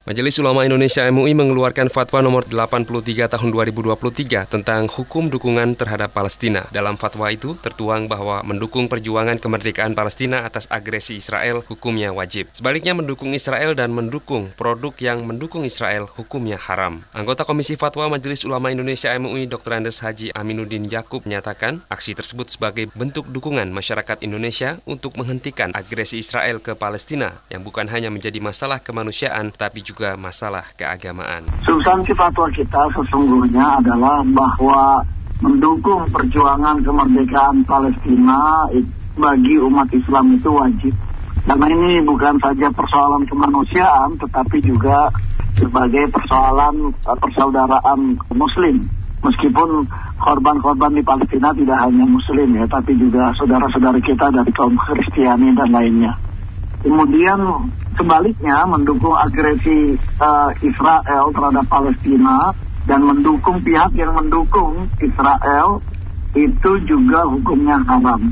Majelis Ulama Indonesia MUI mengeluarkan fatwa nomor 83 tahun 2023 tentang hukum dukungan terhadap Palestina. Dalam fatwa itu tertuang bahwa mendukung perjuangan kemerdekaan Palestina atas agresi Israel hukumnya wajib. Sebaliknya mendukung Israel dan mendukung produk yang mendukung Israel hukumnya haram. Anggota Komisi Fatwa Majelis Ulama Indonesia MUI Dr. Andes Haji Aminuddin Yakub menyatakan aksi tersebut sebagai bentuk dukungan masyarakat Indonesia untuk menghentikan agresi Israel ke Palestina yang bukan hanya menjadi masalah kemanusiaan tapi juga masalah keagamaan. Substansi fatwa kita sesungguhnya adalah bahwa mendukung perjuangan kemerdekaan Palestina bagi umat Islam itu wajib. Karena ini bukan saja persoalan kemanusiaan, tetapi juga sebagai persoalan persaudaraan Muslim. Meskipun korban-korban di Palestina tidak hanya Muslim ya, tapi juga saudara-saudara kita dari kaum Kristiani dan lainnya. Kemudian sebaliknya mendukung agresi Israel terhadap Palestina dan mendukung pihak yang mendukung Israel itu juga hukumnya haram.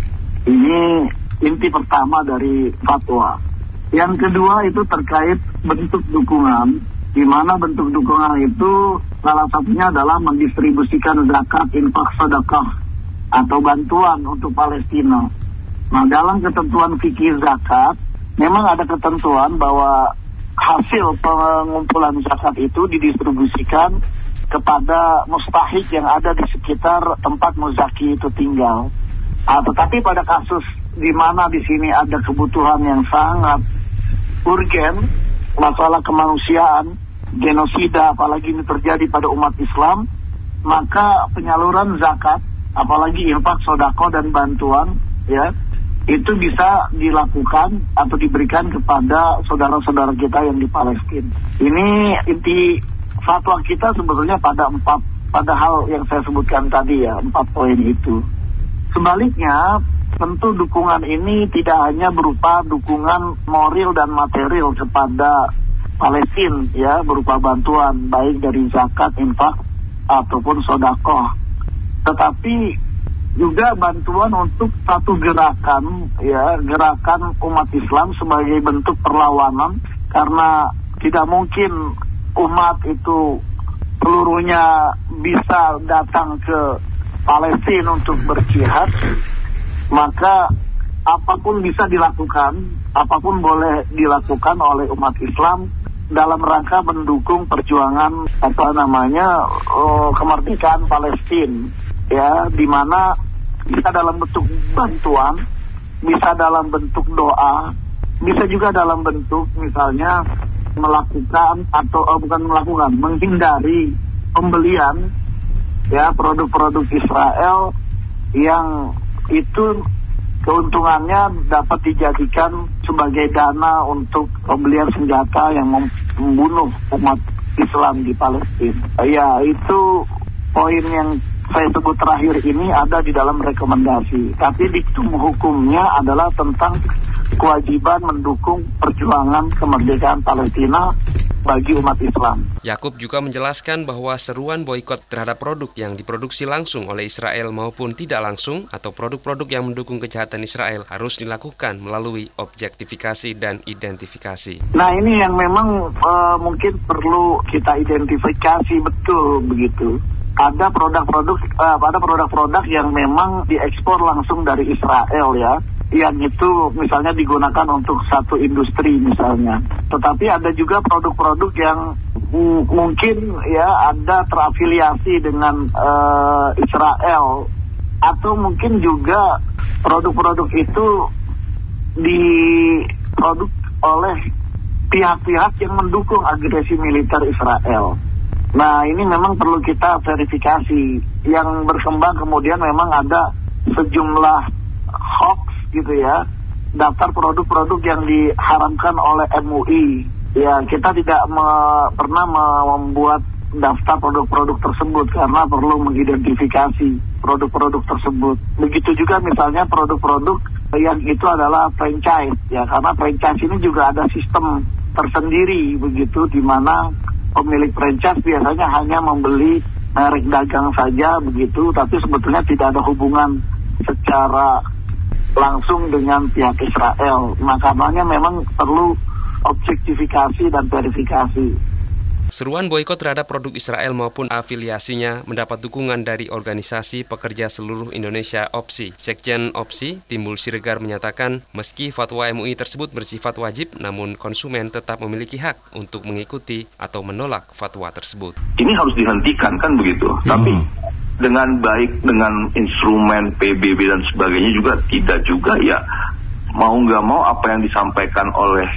Ini inti pertama dari fatwa. Yang kedua itu terkait bentuk dukungan, di mana bentuk dukungan itu salah satunya adalah mendistribusikan zakat, infak, sedekah atau bantuan untuk Palestina. Nah, dalam ketentuan fikih zakat, memang ada ketentuan bahwa hasil pengumpulan zakat itu didistribusikan kepada mustahik yang ada di sekitar tempat muzaki itu tinggal. Tetapi pada kasus di mana di sini ada kebutuhan yang sangat urgen, masalah kemanusiaan, genosida, apalagi ini terjadi pada umat Islam, maka penyaluran zakat, apalagi infak, sodako dan bantuan, ya, itu bisa dilakukan atau diberikan kepada saudara-saudara kita yang di Palestina. Ini inti fatwa kita sebetulnya pada hal yang saya sebutkan tadi ya, 4 poin itu. Sebaliknya, tentu dukungan ini tidak hanya berupa dukungan moral dan material kepada Palestina ya, berupa bantuan baik dari zakat, infak ataupun sedekah, tetapi juga bantuan untuk satu gerakan ya, gerakan umat Islam sebagai bentuk perlawanan, karena tidak mungkin umat itu seluruhnya bisa datang ke Palestina untuk berjihad, maka apapun bisa dilakukan, apapun boleh dilakukan oleh umat Islam dalam rangka mendukung perjuangan kemerdekaan Palestina ya, di mana bisa dalam bentuk bantuan, bisa dalam bentuk doa, bisa juga dalam bentuk misalnya menghindari pembelian ya produk-produk Israel yang itu keuntungannya dapat dijadikan sebagai dana untuk pembelian senjata yang membunuh umat Islam di Palestina. Ya, itu poin yang saya sebut terakhir ini ada di dalam rekomendasi. Tapi diktum hukumnya adalah tentang kewajiban mendukung perjuangan kemerdekaan Palestina bagi umat Islam. Yakub juga menjelaskan bahwa seruan boikot terhadap produk yang diproduksi langsung oleh Israel maupun tidak langsung atau produk-produk yang mendukung kejahatan Israel harus dilakukan melalui objektifikasi dan identifikasi. Nah, ini yang memang mungkin perlu kita identifikasi betul begitu. Ada produk-produk yang memang diekspor langsung dari Israel ya, yang itu misalnya digunakan untuk satu industri misalnya. Tetapi ada juga produk-produk yang mungkin ya ada terafiliasi dengan Israel, atau mungkin juga produk-produk itu diproduk oleh pihak-pihak yang mendukung agresi militer Israel. Nah, ini memang perlu kita verifikasi. Yang berkembang kemudian memang ada sejumlah hoax gitu ya, daftar produk-produk yang diharamkan oleh MUI. Ya, kita tidak pernah membuat daftar produk-produk tersebut karena perlu mengidentifikasi produk-produk tersebut. Begitu juga misalnya produk-produk yang itu adalah franchise ya, karena franchise ini juga ada sistem tersendiri begitu, di mana pemilik franchise biasanya hanya membeli merek dagang saja begitu, tapi sebetulnya tidak ada hubungan secara langsung dengan pihak Israel. Makanya memang perlu objektifikasi dan verifikasi. Seruan boikot terhadap produk Israel maupun afiliasinya mendapat dukungan dari Organisasi Pekerja Seluruh Indonesia (OPSI). Sekjen OPSI, Timbul Siregar menyatakan, meski fatwa MUI tersebut bersifat wajib, namun konsumen tetap memiliki hak untuk mengikuti atau menolak fatwa tersebut. Ini harus dihentikan kan begitu. Tapi dengan baik, dengan instrumen PBB dan sebagainya juga tidak juga ya, mau nggak mau apa yang disampaikan oleh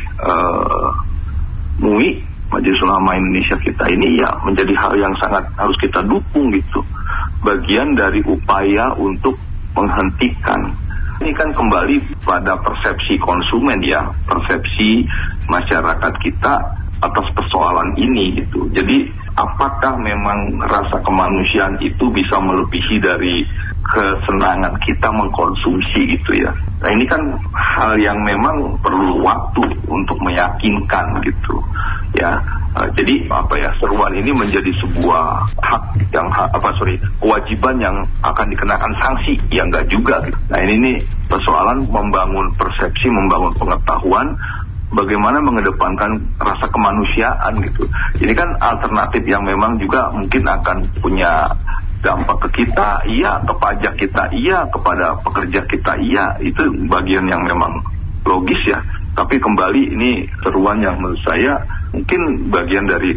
MUI, Majelis Ulama Indonesia kita ini ya menjadi hal yang sangat harus kita dukung gitu. Bagian dari upaya untuk menghentikan. Ini kan kembali pada persepsi konsumen ya, persepsi masyarakat kita atas persoalan ini gitu. Jadi apakah memang rasa kemanusiaan itu bisa melebihi dari kesenangan kita mengkonsumsi gitu ya. Nah ini kan hal yang memang perlu waktu untuk meyakinkan gitu. Ya, jadi seruan ini menjadi sebuah hak yang kewajiban yang akan dikenakan sanksi, ya enggak juga gitu. Nah ini persoalan membangun persepsi, membangun pengetahuan, bagaimana mengedepankan rasa kemanusiaan gitu. Ini kan alternatif yang memang juga mungkin akan punya dampak ke kita, iya, ke pajak kita, iya, kepada pekerja kita, iya, itu bagian yang memang logis ya. Tapi kembali ini seruan yang menurut saya mungkin bagian dari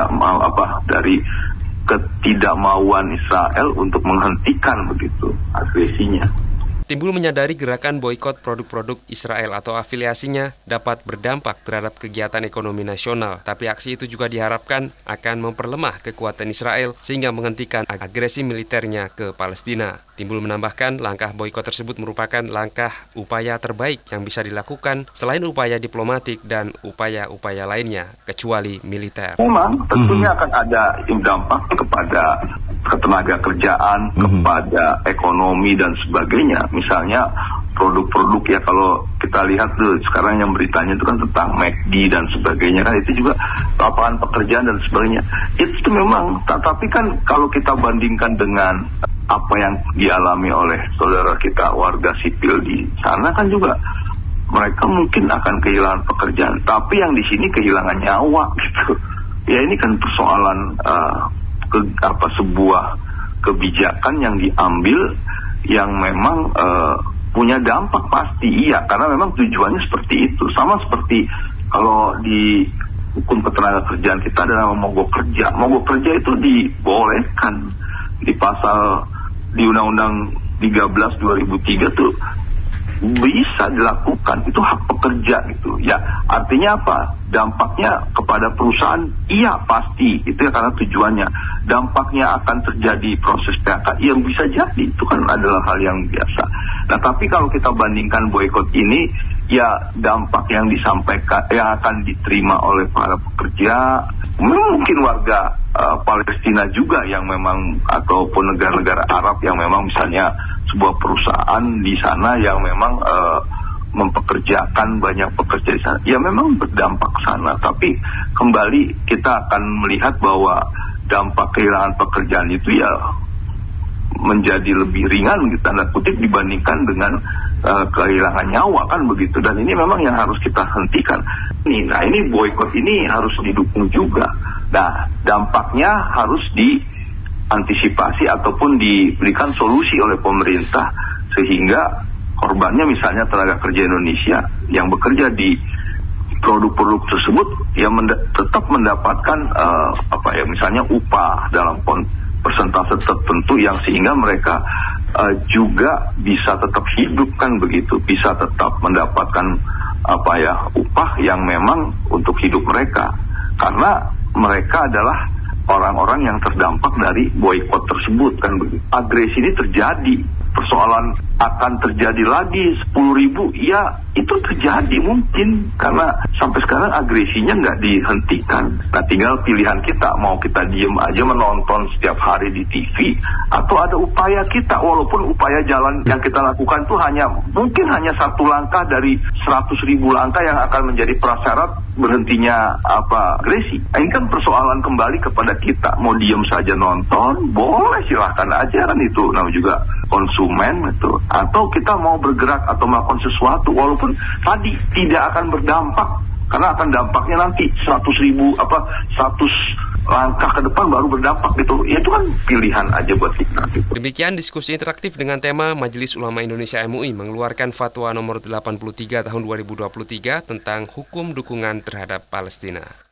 ketidakmauan Israel untuk menghentikan begitu agresinya. Timbul menyadari gerakan boikot produk-produk Israel atau afiliasinya dapat berdampak terhadap kegiatan ekonomi nasional, tapi aksi itu juga diharapkan akan memperlemah kekuatan Israel sehingga menghentikan agresi militernya ke Palestina. Timbul menambahkan langkah boikot tersebut merupakan langkah upaya terbaik yang bisa dilakukan selain upaya diplomatik dan upaya-upaya lainnya, kecuali militer. Memang tentunya akan ada dampak kepada ketenaga kerjaan, kepada ekonomi dan sebagainya. Misalnya produk-produk ya, kalau kita lihat tuh sekarang yang beritanya itu kan tentang McD dan sebagainya kan, itu juga lapangan pekerjaan dan sebagainya. Itu memang, tapi kan kalau kita bandingkan dengan apa yang dialami oleh saudara kita warga sipil di sana kan juga mereka mungkin akan kehilangan pekerjaan, tapi yang di sini kehilangan nyawa gitu. Ya ini kan persoalan sebuah kebijakan yang diambil yang memang punya dampak pasti, iya, karena memang tujuannya seperti itu. Sama seperti kalau di hukum ketenaga kerjaan kita adalah mogok kerja. Mogok kerja itu dibolehkan di pasal di Undang-Undang 13 2003 tuh bisa dilakukan, itu hak pekerja gitu ya. Artinya apa? Dampaknya kepada perusahaan, iya pasti itu ya, karena tujuannya. Dampaknya akan terjadi proses PHK, yang bisa jadi itu kan adalah hal yang biasa. Nah tapi kalau kita bandingkan boikot ini, ya dampak yang disampaikan yang akan diterima oleh para pekerja, mungkin warga Palestina juga yang memang, ataupun negara-negara Arab yang memang misalnya sebuah perusahaan di sana yang memang mempekerjakan banyak pekerja di sana, ya memang berdampak ke sana. Tapi kembali kita akan melihat bahwa dampak kehilangan pekerjaan itu ya menjadi lebih ringan gitu, tanda kutip, dibandingkan dengan kehilangan nyawa kan begitu. Dan ini memang yang harus kita hentikan. Nah ini boikot ini harus didukung juga. Nah dampaknya harus diantisipasi ataupun diberikan solusi oleh pemerintah sehingga korbannya misalnya tenaga kerja Indonesia yang bekerja di produk-produk tersebut yang tetap mendapatkan misalnya upah dalam persentase tertentu yang sehingga mereka juga bisa tetap hidup kan begitu, bisa tetap mendapatkan upah yang memang untuk hidup mereka, karena mereka adalah orang-orang yang terdampak dari boikot tersebut kan begitu. Agresi ini terjadi, persoalan akan terjadi lagi 10.000, ya itu terjadi mungkin karena sampai sekarang agresinya nggak dihentikan. Nah tinggal pilihan kita, mau kita diem aja menonton setiap hari di TV, atau ada upaya kita, walaupun upaya jalan yang kita lakukan itu mungkin hanya satu langkah dari 100.000 langkah yang akan menjadi prasyarat berhentinya agresi. Nah, ini kan persoalan kembali kepada kita, mau diem saja nonton, boleh silahkan aja kan, itu namanya juga konsumen itu, atau kita mau bergerak atau melakukan sesuatu walaupun tadi tidak akan berdampak Karena akan dampaknya nanti 100 langkah ke depan baru berdampak gitu. Ya itu kan pilihan aja buat kita. Gitu. Demikian diskusi interaktif dengan tema Majelis Ulama Indonesia MUI mengeluarkan fatwa nomor 83 tahun 2023 tentang hukum dukungan terhadap Palestina.